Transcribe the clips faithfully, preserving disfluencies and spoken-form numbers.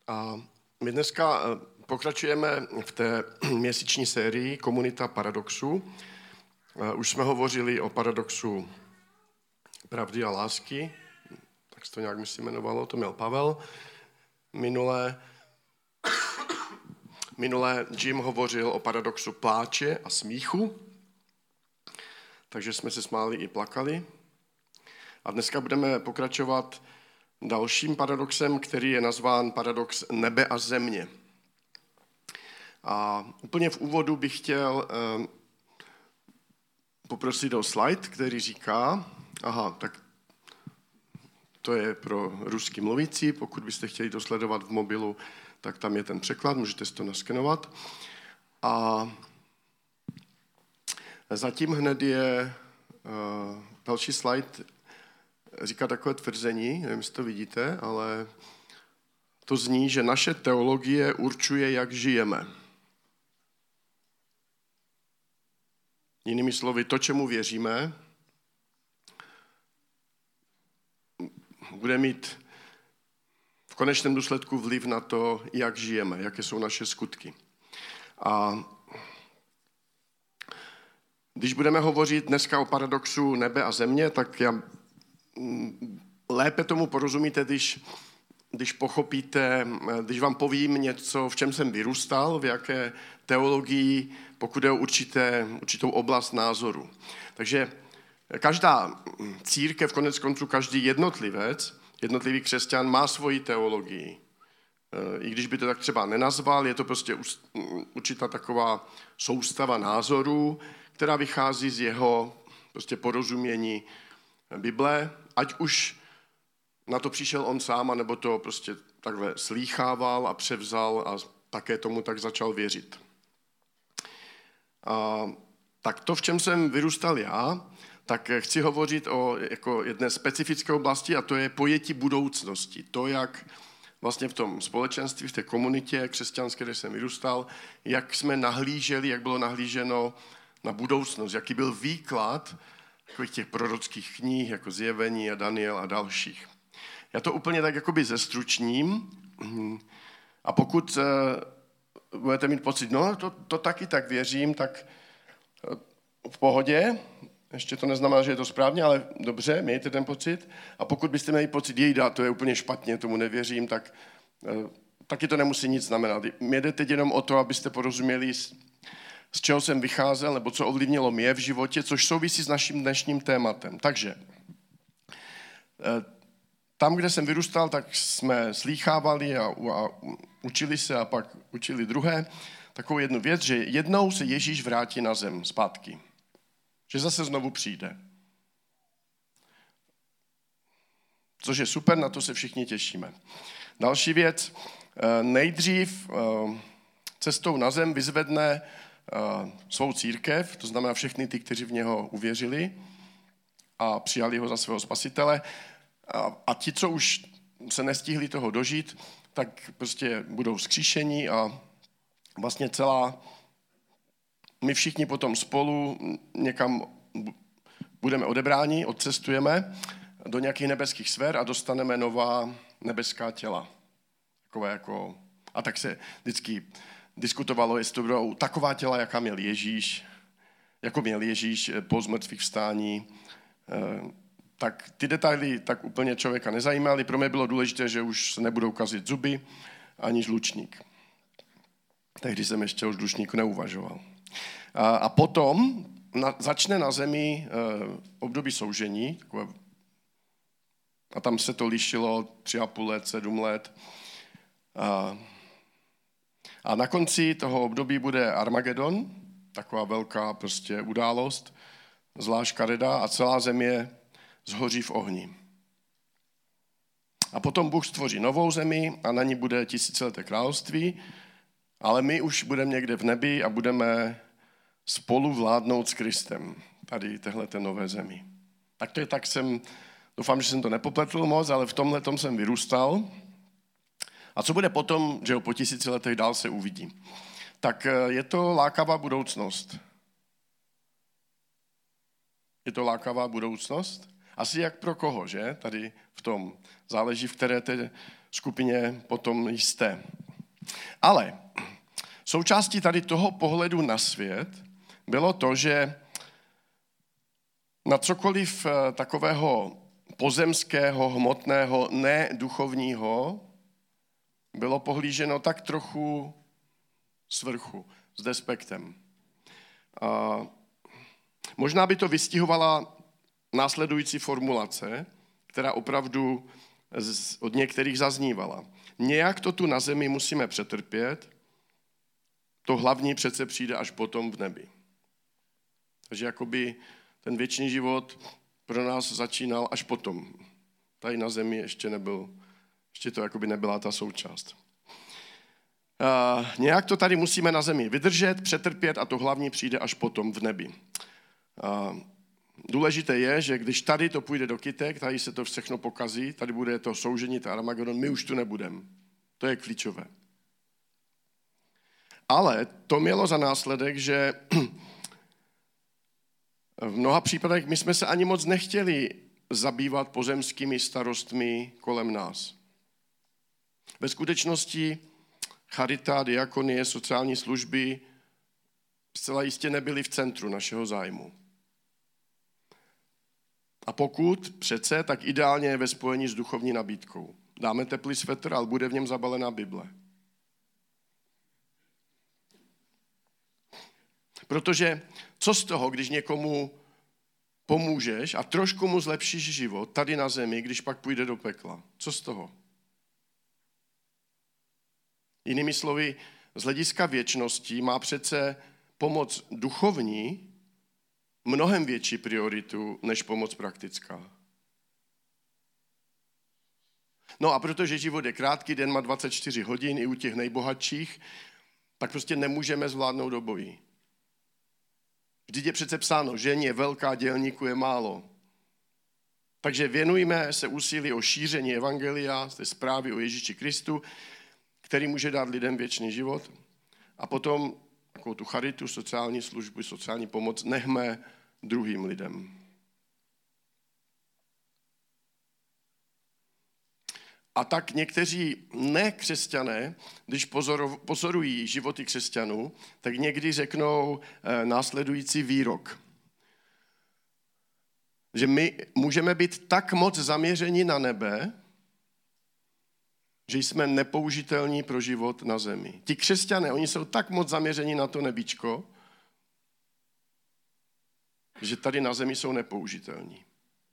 A my dneska pokračujeme v té měsíční sérii Komunita paradoxů. Už jsme hovořili o paradoxu pravdy a lásky, tak se to nějak myslím jmenovalo, to měl Pavel. Minulé, minulé Jim hovořil o paradoxu pláče a smíchu, takže jsme se smáli i plakali. A dneska budeme pokračovat dalším paradoxem, který je nazván paradox nebe a země. A úplně v úvodu bych chtěl eh, poprosit o slide, který říká, aha, tak to je pro ruský mluvící, pokud byste chtěli to sledovat v mobilu, tak tam je ten překlad, můžete si to naskenovat. A zatím hned je uh, další slide, říká takové tvrzení, nevím, jestli to vidíte, ale to zní, že naše teologie určuje, jak žijeme. Jinými slovy, to, čemu věříme, bude mít v konečném důsledku vliv na to, jak žijeme, jaké jsou naše skutky. A když budeme hovořit dneska o paradoxu nebe a země, tak já lépe tomu porozumíte, když, když pochopíte, když vám povím něco, v čem jsem vyrůstal, v jaké teologii, pokud je o určité, určitou oblast názoru. Takže každá církev, konec konců každý jednotlivec, jednotlivý křesťan má svoji teologii. I když by to tak třeba nenazval, je to prostě určitá taková soustava názorů, která vychází z jeho prostě porozumění Bible, ať už na to přišel on sám, nebo to prostě takhle slýchával a převzal a také tomu tak začal věřit. A tak to, v čem jsem vyrůstal já, tak chci hovořit o jako jedné specifické oblasti a to je pojetí budoucnosti. To, jak vlastně v tom společenství, v té komunitě křesťanské, kde jsem vyrůstal, jak jsme nahlíželi, jak bylo nahlíženo na budoucnost, jaký byl výklad takových těch prorockých knih, jako Zjevení a Daniel a dalších. Já to úplně tak jakoby zestručním a pokud budete mít pocit, no to, to taky tak věřím, tak v pohodě, ještě to neznamená, že je to správně, ale dobře, mějte ten pocit. A pokud byste měli pocit, jejda, to je úplně špatně, tomu nevěřím, tak taky to nemusí nic znamenat. Mě jde teď jenom o to, abyste porozuměli, z čeho jsem vycházel, nebo co ovlivnilo mě v životě, což souvisí s naším dnešním tématem. Takže tam, kde jsem vyrůstal, tak jsme slýchávali a, a učili se a pak učili druhé takovou jednu věc, že jednou se Ježíš vrátí na zem zpátky. Že zase znovu přijde. Což je super, na to se všichni těšíme. Další věc, nejdřív cestou na zem vyzvedne svou církev, to znamená všechny ty, kteří v něho uvěřili a přijali ho za svého spasitele. A, a ti, co už se nestihli toho dožít, tak prostě budou vzkříšení a vlastně celá, my všichni potom spolu někam budeme odebráni, odcestujeme do nějakých nebeských sfér a dostaneme nová nebeská těla. Takové jako, a tak se vždycky diskutovalo, jestli to budou taková těla, jaká měl Ježíš, jako měl Ježíš po zmrtvých vstání. Tak ty detaily tak úplně člověka nezajímaly. Pro mě bylo důležité, že už se nebudou kazit zuby ani žlučník. Tehdy jsem ještě o žlučníku neuvažoval. A, a potom na, začne na zemi e, období soužení, takové, a tam se to lišilo tři a půl let, sedm let. A, a na konci toho období bude Armagedon, taková velká prostě událost, zlá škareda a celá země zhoří v ohni. A potom Bůh stvoří novou zemi a na ní bude tisícileté království, ale my už budeme někde v nebi a budeme spolu vládnout s Kristem, tady téhleté nové zemi. Tak to je tak, jsem, doufám, že jsem to nepopletl moc, ale v tomhle tom jsem vyrůstal. A co bude potom, že jo, po tisíci letech dál se uvidí. Tak je to lákavá budoucnost. Je to lákavá budoucnost? Asi jak pro koho, že? Tady v tom záleží, v které té skupině potom jste. Ale součástí tady toho pohledu na svět bylo to, že na cokoliv takového pozemského, hmotného, neduchovního bylo pohlíženo tak trochu svrchu, s despektem. A možná by to vystihovala následující formulace, která opravdu od některých zaznívala. Nějak to tu na zemi musíme přetrpět, to hlavní přece přijde až potom v nebi. Takže jakoby ten věčný život pro nás začínal až potom. Tady na zemi ještě nebyl, ještě to jakoby nebyla ta součást. Uh, nějak to tady musíme na zemi vydržet, přetrpět a to hlavní přijde až potom v nebi. Uh, důležité je, že když tady to půjde do kytek, tady se to všechno pokazí, tady bude to soužení, to Armagedon, my už tu nebudeme. To je klíčové. Ale to mělo za následek, že v mnoha případech my jsme se ani moc nechtěli zabývat pozemskými starostmi kolem nás. Ve skutečnosti charita, diakonie, sociální služby zcela jistě nebyly v centru našeho zájmu. A pokud přece, tak ideálně ve spojení s duchovní nabídkou. Dáme teplý svetr, ale bude v něm zabalená Bible. Protože co z toho, když někomu pomůžeš a trošku mu zlepšíš život tady na zemi, když pak půjde do pekla? Co z toho? Jinými slovy, z hlediska věčnosti má přece pomoc duchovní mnohem větší prioritu než pomoc praktická. No a protože život je krátký, den má dvacet čtyři hodin i u těch nejbohatších, tak prostě nemůžeme zvládnout obojí. Vždyť je přece psáno, ženě velká, dělníku je málo. Takže věnujme se úsilí o šíření evangelia, té zprávy o Ježíši Kristu, který může dát lidem věčný život. A potom takovou tu charitu, sociální službu, sociální pomoc nechme druhým lidem. A tak někteří nekřesťané, když pozorují životy křesťanů, tak někdy řeknou následující výrok. Že my můžeme být tak moc zaměřeni na nebe, že jsme nepoužitelní pro život na zemi. Ti křesťané, oni jsou tak moc zaměřeni na to nebíčko, že tady na zemi jsou nepoužitelní.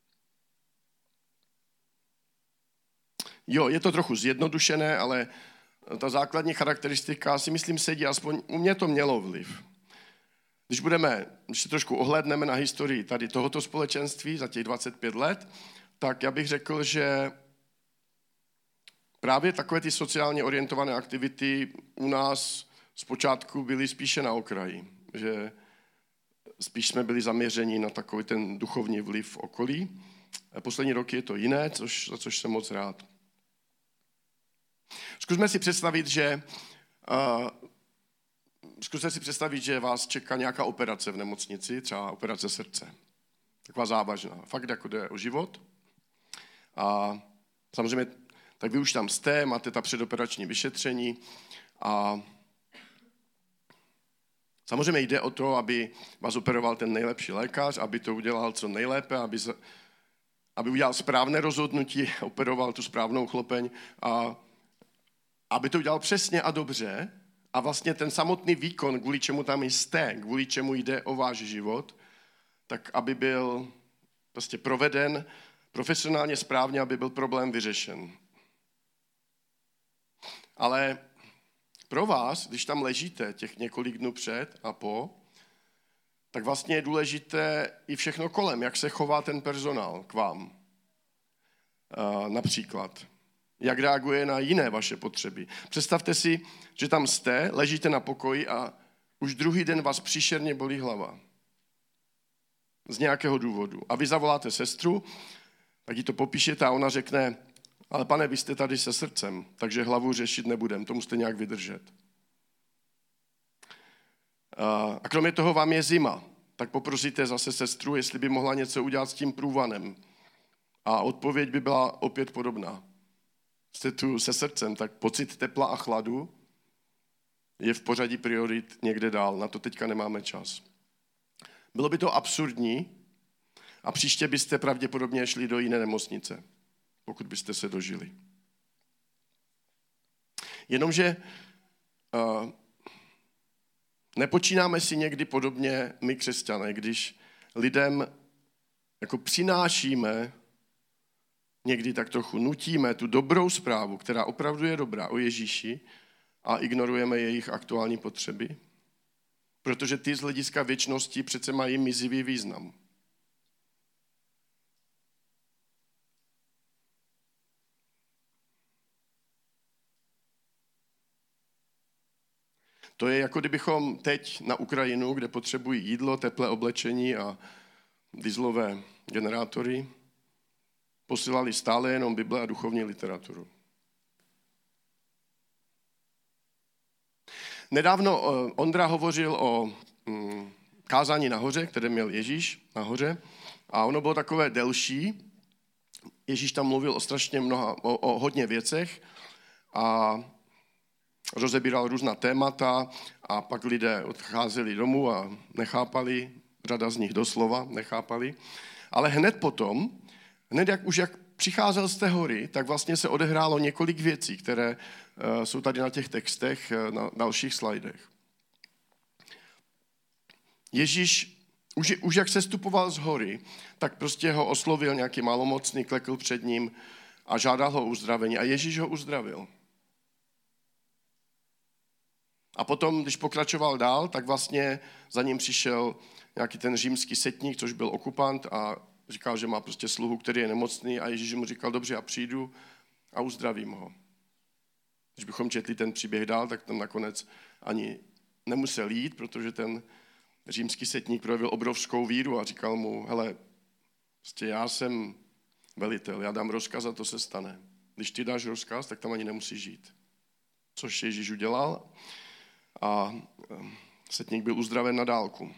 Jo, je to trochu zjednodušené, ale ta základní charakteristika si myslím sedí, aspoň u mě to mělo vliv. Když budeme, když se trošku ohlédneme na historii tady tohoto společenství za těch dvacet pět let, tak já bych řekl, že právě takové ty sociálně orientované aktivity u nás zpočátku byly spíše na okraji, že spíš jsme byli zaměřeni na takový ten duchovní vliv v okolí. Poslední roky je to jiné, což, za což jsem moc rád. Zkusme si představit, že uh, zkuste si představit, že vás čeká nějaká operace v nemocnici, třeba operace srdce. Taková závažná. Fakt jako jde o život. A samozřejmě, tak vy už tam jste, máte ta předoperační vyšetření a samozřejmě jde o to, aby vás operoval ten nejlepší lékař, aby to udělal co nejlépe, aby, aby udělal správné rozhodnutí, operoval tu správnou chlopeň a aby to udělal přesně a dobře a vlastně ten samotný výkon, kvůli čemu tam jste, kvůli čemu jde o váš život, tak aby byl prostě proveden profesionálně správně, aby byl problém vyřešen. Ale pro vás, když tam ležíte těch několik dnů před a po, tak vlastně je důležité i všechno kolem, jak se chová ten personál k vám. A například, jak reaguje na jiné vaše potřeby. Představte si, že tam jste, ležíte na pokoji a už druhý den vás příšerně bolí hlava. Z nějakého důvodu. A vy zavoláte sestru, tak jí to popíšete a ona řekne, ale pane, vy jste tady se srdcem, takže hlavu řešit nebudem, to musíte nějak vydržet. A kromě toho vám je zima, tak poprosíte zase sestru, jestli by mohla něco udělat s tím průvanem. A odpověď by byla opět podobná. jste tu se srdcem, tak pocit tepla a chladu je v pořadí priorit někde dál. Na to teďka nemáme čas. Bylo by to absurdní a příště byste pravděpodobně šli do jiné nemocnice, pokud byste se dožili. Jenomže uh, nepočínáme si někdy podobně my křesťané, když lidem jako přinášíme, někdy tak trochu nutíme tu dobrou zprávu, která opravdu je dobrá o Ježíši a ignorujeme jejich aktuální potřeby, protože ty z hlediska věčnosti přece mají mizivý význam. To je jako kdybychom teď na Ukrajinu, kde potřebují jídlo, teplé oblečení a dieselové generátory, posílali stále jenom Bible a duchovní literaturu. Nedávno Ondra hovořil o mm, kázání nahoře, které měl Ježíš nahoře, a ono bylo takové delší. Ježíš tam mluvil o strašně mnoha, o, o hodně věcech a rozebíral různá témata a pak lidé odcházeli domů a nechápali, řada z nich doslova nechápali. Ale hned potom, hned jak už jak přicházel z té hory, tak vlastně se odehrálo několik věcí, které uh, jsou tady na těch textech, uh, na dalších slajdech. Ježíš, už, už jak se stupoval z hory, tak prostě ho oslovil nějaký malomocný, klekl před ním a žádal ho o uzdravení. A Ježíš ho uzdravil. A potom, když pokračoval dál, tak vlastně za ním přišel nějaký ten římský setník, což byl okupant a říkal, že má prostě sluhu, který je nemocný a Ježíš mu říkal, dobře, já přijdu a uzdravím ho. Když bychom četli ten příběh dál, tak tam nakonec ani nemusel jít, protože ten římský setník projevil obrovskou víru a říkal mu, hele, prostě já jsem velitel, já dám rozkaz a to se stane. Když ty dáš rozkaz, tak tam ani nemusíš žít. Což Ježíš udělal a setník byl uzdraven na dálku.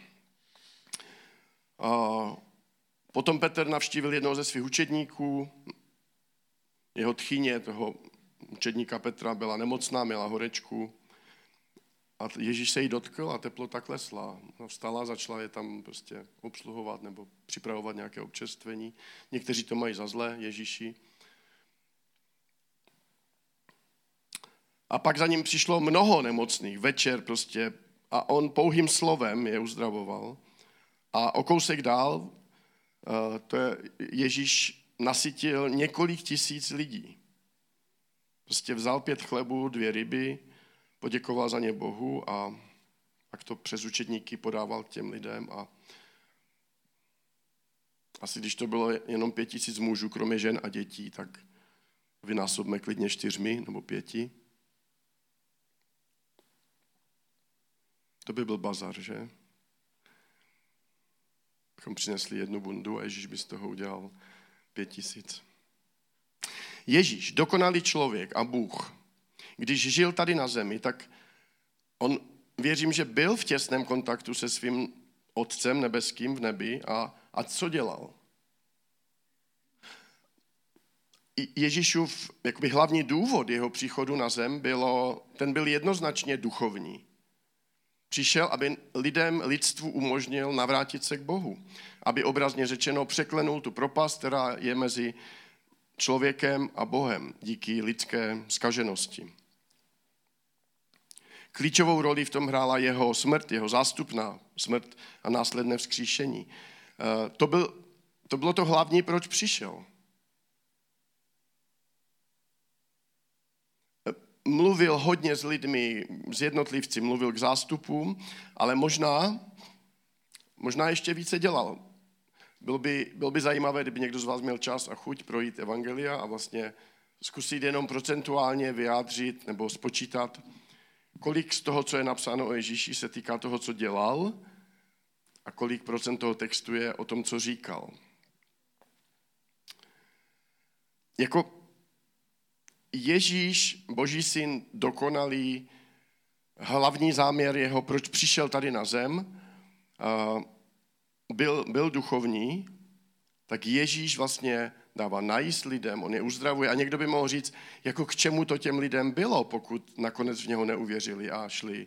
A potom Petr navštívil jednoho ze svých učedníků, jeho tchyně, toho učedníka Petra, byla nemocná, měla horečku a Ježíš se jí dotkl a teplota klesla. Vstala a začala je tam prostě obsluhovat nebo připravovat nějaké občerstvení. Někteří to mají za zlé, Ježíši. A pak za ním přišlo mnoho nemocných, večer prostě, a on pouhým slovem je uzdravoval. A o kousek dál to je, Ježíš nasytil několik tisíc lidí. Prostě vzal pět chlebů, dvě ryby, poděkoval za ně Bohu a pak to přes učedníky podával k těm lidem. A asi když to bylo jenom pět tisíc mužů, kromě žen a dětí, tak vynásobme klidně čtyřmi nebo pěti. To by byl bazar, že? Bychom přinesli jednu bundu a Ježíš by z toho udělal pět tisíc. Ježíš, dokonalý člověk a Bůh, když žil tady na zemi, tak on, věřím, že byl v těsném kontaktu se svým Otcem nebeským v nebi a, a co dělal? Ježíšův jakoby hlavní důvod jeho příchodu na zem bylo, ten byl jednoznačně duchovní. Přišel, aby lidem, lidstvu umožnil navrátit se k Bohu. Aby obrazně řečeno překlenul tu propast, která je mezi člověkem a Bohem díky lidské zkaženosti. Klíčovou roli v tom hrála jeho smrt, jeho zástupná smrt a následné vzkříšení. To, byl, to bylo to hlavní, proč přišel. Mluvil hodně s lidmi, s jednotlivci, mluvil k zástupům, ale možná, možná ještě více dělal. Bylo by, bylo by zajímavé, kdyby někdo z vás měl čas a chuť projít evangelia a vlastně zkusit jenom procentuálně vyjádřit nebo spočítat, kolik z toho, co je napsáno o Ježíši, se týká toho, co dělal a kolik procent toho textu je o tom, co říkal. Jako Ježíš, Boží syn, dokonalý, hlavní záměr jeho, proč přišel tady na zem, byl, byl duchovní, tak Ježíš vlastně dává najíst lidem, on je uzdravuje. A někdo by mohl říct, jako k čemu to těm lidem bylo, pokud nakonec v něho neuvěřili a šli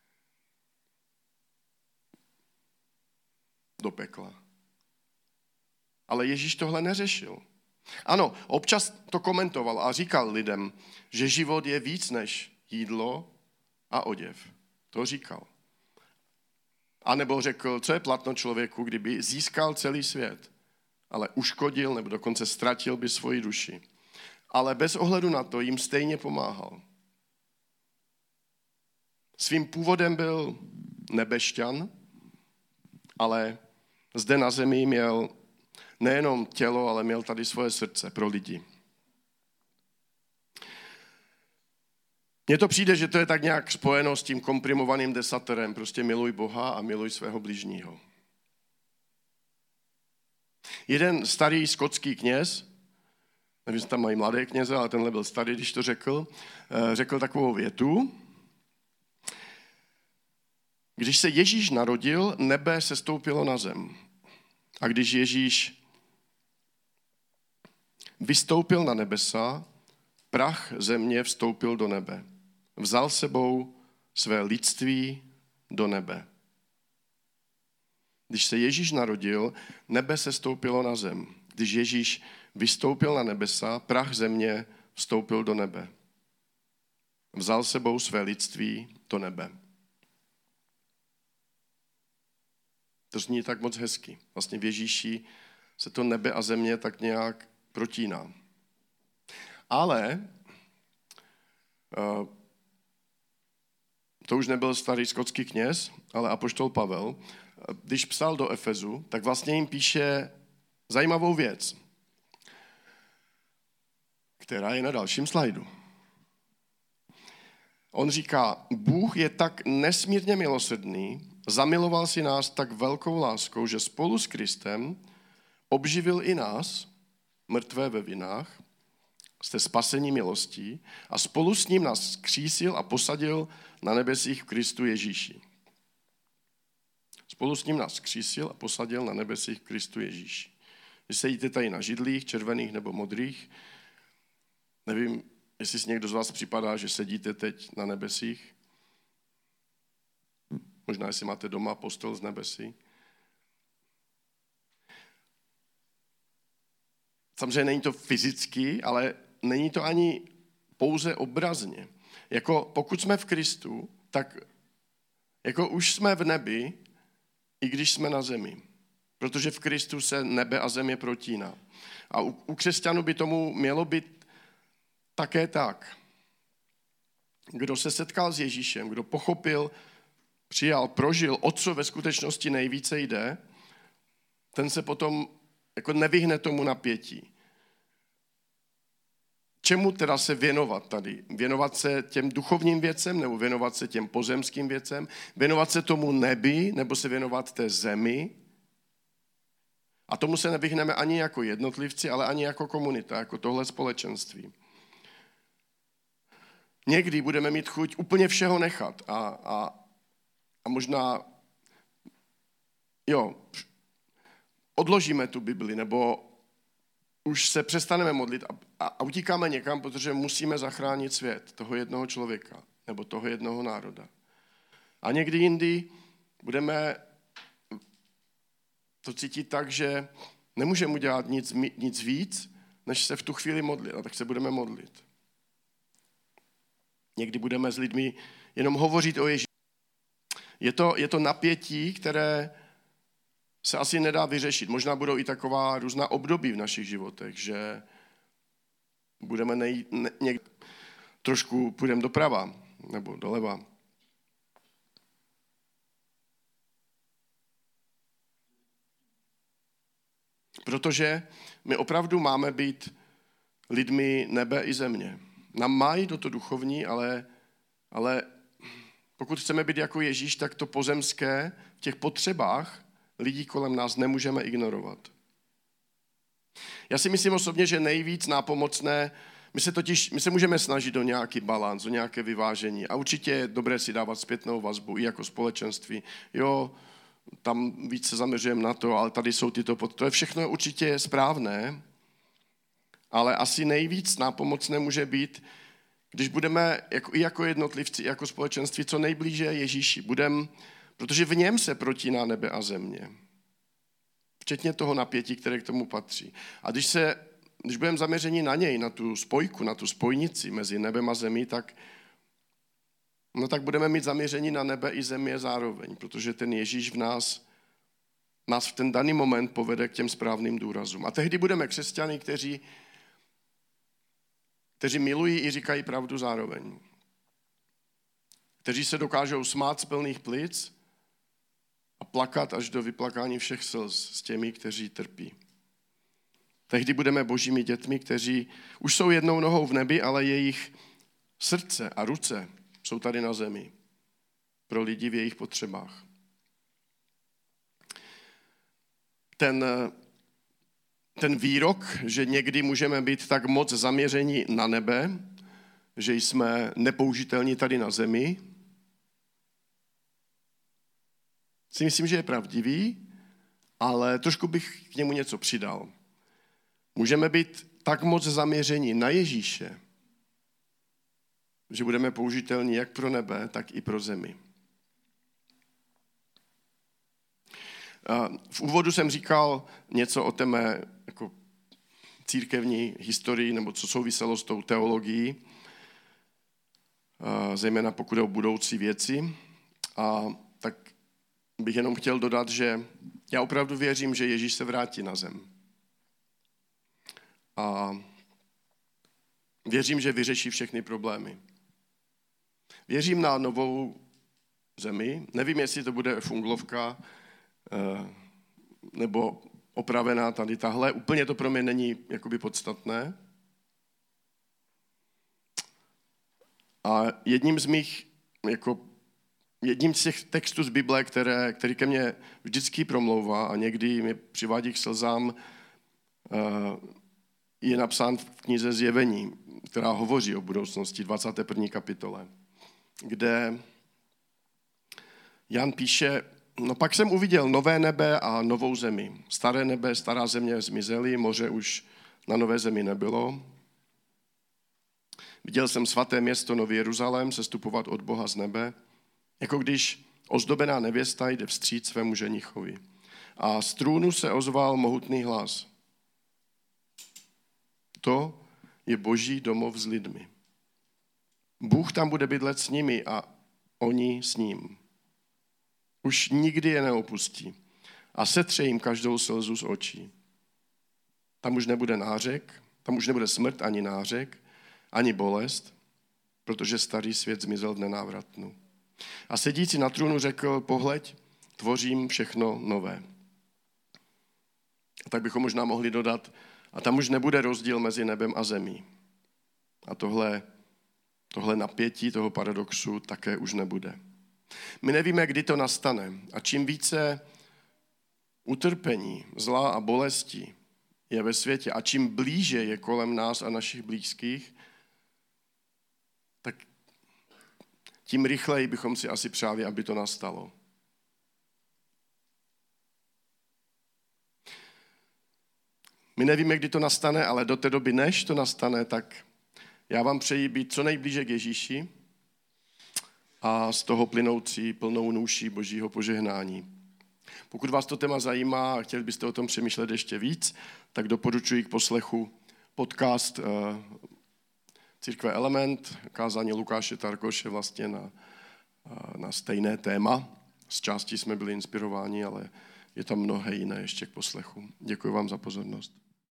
do pekla. Ale Ježíš tohle neřešil. Ano, občas to komentoval a říkal lidem, že život je víc než jídlo a oděv. To říkal. A nebo řekl, co je platno člověku, kdyby získal celý svět, ale uškodil nebo dokonce ztratil by svoji duši. Ale bez ohledu na to jim stejně pomáhal. Svým původem byl nebešťan, ale zde na zemi měl nejenom tělo, ale měl tady svoje srdce pro lidi. Mně to přijde, že to je tak nějak spojeno s tím komprimovaným desaterem. Prostě miluj Boha a miluj svého bližního. Jeden starý skotský kněz, nevím, jestli tam mají mladé kněze, ale tenhle byl starý, když to řekl, řekl takovou větu. Když se Ježíš narodil, nebe sestoupilo na zem. A když Ježíš vystoupil na nebesa, prach země vstoupil do nebe. Vzal sebou své lidství do nebe. Když se Ježíš narodil, nebe sestoupilo na zem. Když Ježíš vystoupil na nebesa, prach země vstoupil do nebe. Vzal sebou své lidství do nebe. To zní tak moc hezky. Vlastně v Ježíši se to nebe a země tak nějak protíná. Ale to už nebyl starý skotský kněz, ale apoštol Pavel, když psal do Efezu, tak vlastně jim píše zajímavou věc, která je na dalším slajdu. On říká, Bůh je tak nesmírně milosrdný, zamiloval si nás tak velkou láskou, že spolu s Kristem obživil i nás, mrtvé ve vinách, jste spasení milostí, a spolu s ním nás křísil a posadil na nebesích v Kristu Ježíši. Spolu s ním nás křísil a posadil na nebesích v Kristu Ježíši. Když sedíte tady na židlích, červených nebo modrých, nevím, jestli si někdo z vás připadá, že sedíte teď na nebesích. Možná, jestli máte doma postel z nebesí. Samozřejmě není to fyzicky, ale není to ani pouze obrazně. Jako pokud jsme v Kristu, tak jako už jsme v nebi, i když jsme na zemi. Protože v Kristu se nebe a země protíná. A u, u křesťanů by tomu mělo být také tak. Kdo se setkal s Ježíšem, kdo pochopil, přijal, prožil, o co ve skutečnosti nejvíce jde, ten se potom jako nevyhne tomu napětí. Čemu teda se věnovat tady? Věnovat se těm duchovním věcem, nebo věnovat se těm pozemským věcem? Věnovat se tomu nebi, nebo se věnovat té zemi? A tomu se nevyhneme ani jako jednotlivci, ale ani jako komunita, jako tohle společenství. Někdy budeme mít chuť úplně všeho nechat a, a, a možná jo, odložíme tu Bibli, nebo už se přestaneme modlit a, a, a utíkáme někam, protože musíme zachránit svět toho jednoho člověka nebo toho jednoho národa. A někdy jindy budeme to cítit tak, že nemůžeme udělat nic, nic víc, než se v tu chvíli modlit. A tak se budeme modlit. Někdy budeme s lidmi jenom hovořit o Ježíši. Je to, je to napětí, které se asi nedá vyřešit. Možná budou i taková různá období v našich životech, že budeme nej, ne, někdy trošku půjdeme doprava nebo doleva. Protože my opravdu máme být lidmi nebe i země. Nám mají do to duchovní, ale, ale pokud chceme být jako Ježíš, tak to pozemské v těch potřebách lidí kolem nás nemůžeme ignorovat. Já si myslím osobně, že nejvíc nápomocné, my se totiž, my se můžeme snažit o nějaký balans, o nějaké vyvážení a určitě je dobré si dávat zpětnou vazbu i jako společenství. Jo, tam víc se zaměřujeme na to, ale tady jsou tyto pod... To je všechno určitě správné, Ale asi nejvíc nápomocné může být, když budeme jako, i jako jednotlivci, i jako společenství co nejblíže Ježíši. Budem, protože v něm se protíná nebe a země. Včetně toho napětí, které k tomu patří. A když, se, když budeme zaměřeni na něj, na tu spojku, na tu spojnici mezi nebem a zemí, tak, no tak budeme mít zaměření na nebe i země zároveň, protože ten Ježíš v nás, nás v ten daný moment povede k těm správným důrazům. A tehdy budeme křesťany, kteří, kteří milují i říkají pravdu zároveň. Kteří se dokážou smát z plných plic a plakat až do vyplakání všech slz s těmi, kteří trpí. Tehdy budeme božími dětmi, kteří už jsou jednou nohou v nebi, ale jejich srdce a ruce jsou tady na zemi pro lidi v jejich potřebách. Ten, ten výrok, že někdy můžeme být tak moc zaměření na nebe, že jsme nepoužitelní tady na zemi, si myslím, že je pravdivý, ale trošku bych k němu něco přidal. Můžeme být tak moc zaměření na Ježíše, že budeme použitelní jak pro nebe, tak i pro zemi. V úvodu jsem říkal něco o té mé jako církevní historii, nebo co souviselo s tou teologií, zejména pokud je o budoucí věci. A tak bych jenom chtěl dodat, že já opravdu věřím, že Ježíš se vrátí na zem. A věřím, že vyřeší všechny problémy. Věřím na novou zemi. Nevím, jestli to bude funglovka nebo opravená tady tahle. Úplně to pro mě není jakoby podstatné. A jedním z mých, jako jedním z těch textů z Bible, které, který ke mně vždycky promlouvá a někdy mě přivádí k slzám, je napsán v knize Zjevení, která hovoří o budoucnosti, dvacáté první kapitole, kde Jan píše: No pak jsem uviděl nové nebe a novou zemi. Staré nebe, stará země zmizely, moře už na nové zemi nebylo. Viděl jsem svaté město Nový Jeruzalém sestupovat od Boha z nebe, jako když ozdobená nevěsta jde vstříc svému ženichovi. A z trůnu se ozval mohutný hlas: To je Boží domov s lidmi. Bůh tam bude bydlet s nimi a oni s ním. Už nikdy je neopustí a setře jim každou slzu z očí. Tam už nebude nářek, tam už nebude smrt ani nářek, ani bolest, protože starý svět zmizel v nenávratnu. A sedící na trůnu řekl: Pohleď, tvořím všechno nové. A tak bychom možná mohli dodat: A tam už nebude rozdíl mezi nebem a zemí. A tohle, tohle napětí toho paradoxu také už nebude. My nevíme, kdy to nastane. A čím více utrpení, zla a bolesti je ve světě a čím blíže je kolem nás a našich blízkých, tak tím rychleji bychom si asi přáli, aby to nastalo. My nevíme, kdy to nastane, ale do té doby, než to nastane, tak já vám přeji být co nejblíže k Ježíši a z toho plynoucí plnou nůší Božího požehnání. Pokud vás to téma zajímá a chtěli byste o tom přemýšlet ještě víc, tak doporučuji k poslechu podcast Církve Element, kázání Lukáše Tarkoše vlastně na, na stejné téma. Z části jsme byli inspirováni, ale je tam mnohé jiné ještě k poslechu. Děkuji vám za pozornost.